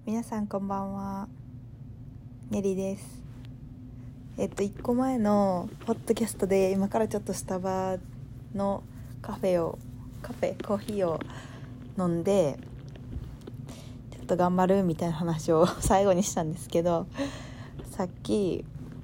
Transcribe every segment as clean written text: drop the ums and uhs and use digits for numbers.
皆さんこんばんは、メリです。1個前のポッドキャストで今からちょっとスタバのコーヒーを飲んでちょっと頑張るみたいな話を最後にしたんですけど、さっき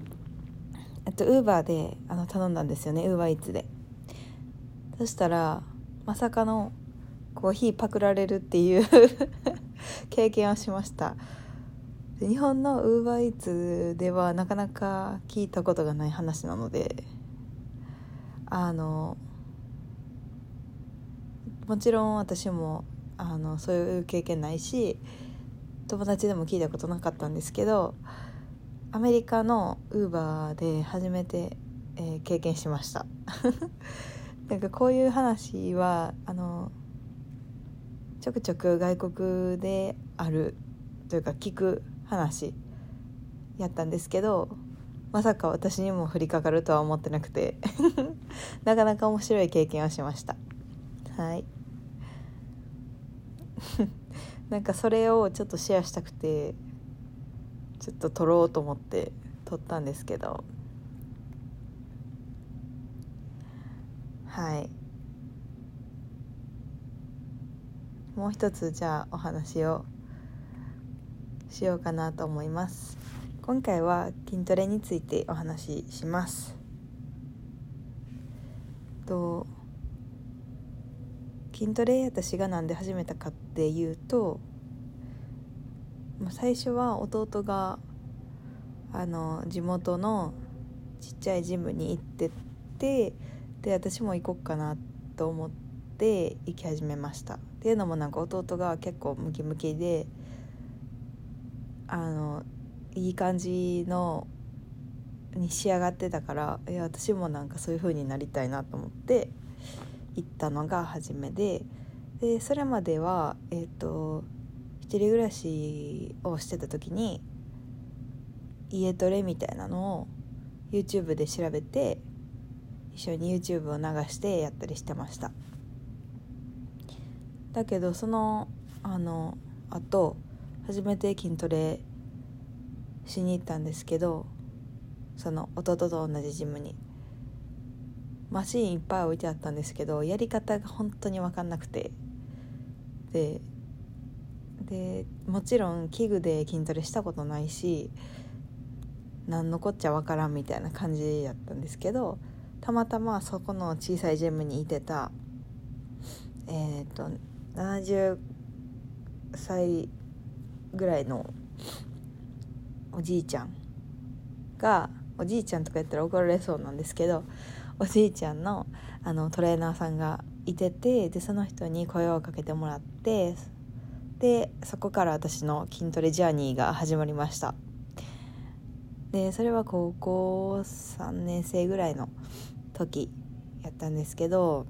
Uber で頼んだんですよね。 UberEats で。そしたらまさかのコーヒーパクられるっていう経験をしました。日本の UberEats ではなかなか聞いたことがない話なので、もちろん私もそういう経験ないし、友達でも聞いたことなかったんですけど、アメリカの Uber で初めて、経験しましたなんかこういう話はちょくちょく外国であるというか聞く話やったんですけど、まさか私にも降りかかるとは思ってなくてなかなか面白い経験をしました。はいなんかそれをちょっとシェアしたくてちょっと撮ろうと思って撮ったんですけど、はい、もう一つじゃあお話をしようかなと思います。今回は筋トレについてお話しします。筋トレ私がなんで始めたかっていうと、最初は弟が地元のちっちゃいジムに行ってて、で私も行こうかなと思って行き始めました。っていうのもなんか弟が結構ムキムキでいい感じのに仕上がってたから、私もなんかそういう風になりたいなと思って行ったのが初めで、それまでは一人暮らしをしてた時に家トレみたいなのを YouTube で調べて一緒に YouTube を流してやったりしてました。だけどそのあと初めて筋トレしに行ったんですけど、その弟と同じジムにマシーンいっぱい置いてあったんですけど、やり方が本当に分かんなくて、でもちろん器具で筋トレしたことないし何のこっちゃ分からんみたいな感じやったんですけど、たまたまそこの小さいジムにいてた70歳ぐらいのおじいちゃんが、おじいちゃんとか言ったら怒られそうなんですけど、おじいちゃんのトレーナーさんがいてて、でその人に声をかけてもらって、でそこから私の筋トレジャーニーが始まりました。でそれは高校3年生ぐらいの時やったんですけど、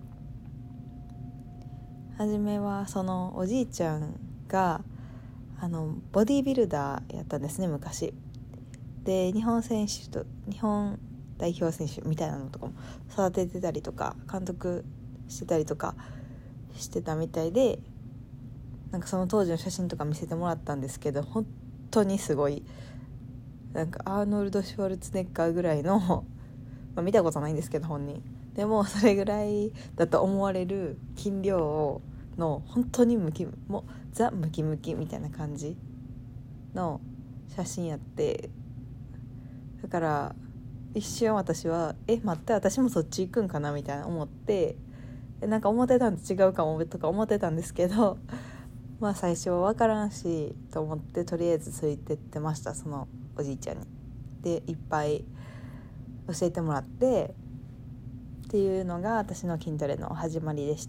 初めはそのおじいちゃんがボディービルダーやったんですね、昔で。日本代表選手みたいなのとかも育ててたりとか監督してたりとかしてたみたいで、なんかその当時の写真とか見せてもらったんですけど、本当にすごい、なんかアーノルド・シュワルツェネッガーぐらいの見たことないんですけど本人でもそれぐらいだと思われる筋量の本当にザムキムキみたいな感じの写真やって、だから一瞬私は待って私もそっち行くんかなみたいな思って、なんか思ってたんと違うかもとか思ってたんですけど最初は分からんしと思ってとりあえずついてってました、そのおじいちゃんに。でいっぱい教えてもらってっていうのが私の筋トレの始まりでした。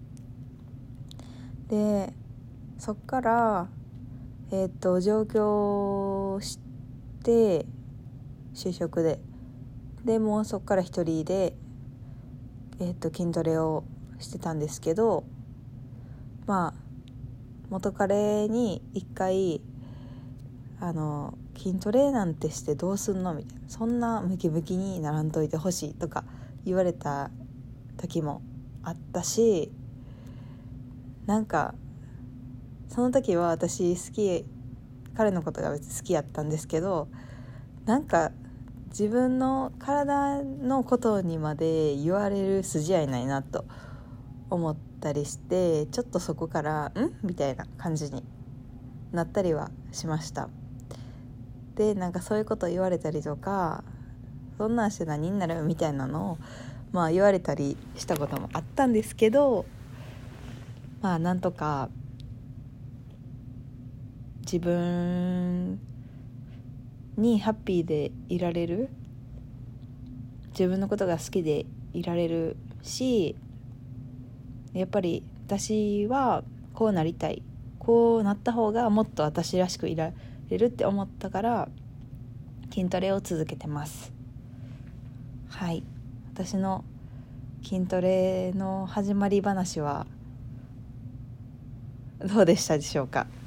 でそっから上京して就職でもうそっから一人で筋トレをしてたんですけど、元彼に一回筋トレなんてしてどうすんのみたいな、そんなムキムキにならんといてほしいとか言われた時もあったし、なんかその時は私彼のことが別に好きやったんですけど、なんか自分の体のことにまで言われる筋合いないなと思ったりして、ちょっとそこからみたいな感じになったりはしました。でなんかそういうこと言われたりとか、そんなんして何になるみたいなのを言われたりしたこともあったんですけど、なんとか自分にハッピーでいられる、自分のことが好きでいられるし、やっぱり私はこうなりたい、こうなった方がもっと私らしくいられるって思ったから筋トレを続けてます。はい、私の筋トレの始まり話はどうでしたでしょうか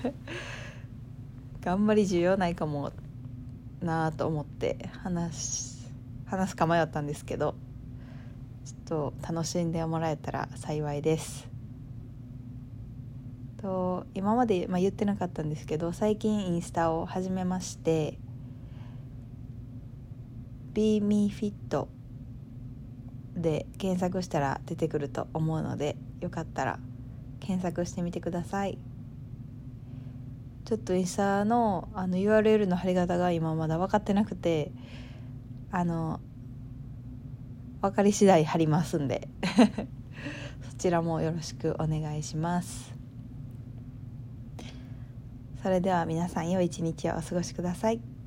あんまり重要ないかもなと思って話すか迷ったんですけど、ちょっと楽しんでもらえたら幸いです。今まで言ってなかったんですけど、最近インスタを始めまして、 Be Me Fit で検索したら出てくると思うので、よかったら検索してみてください。ちょっとインスタのURL の貼り方が今まだ分かってなくて、分かり次第貼りますんでそちらもよろしくお願いします。それでは皆さん良い一日をお過ごしください。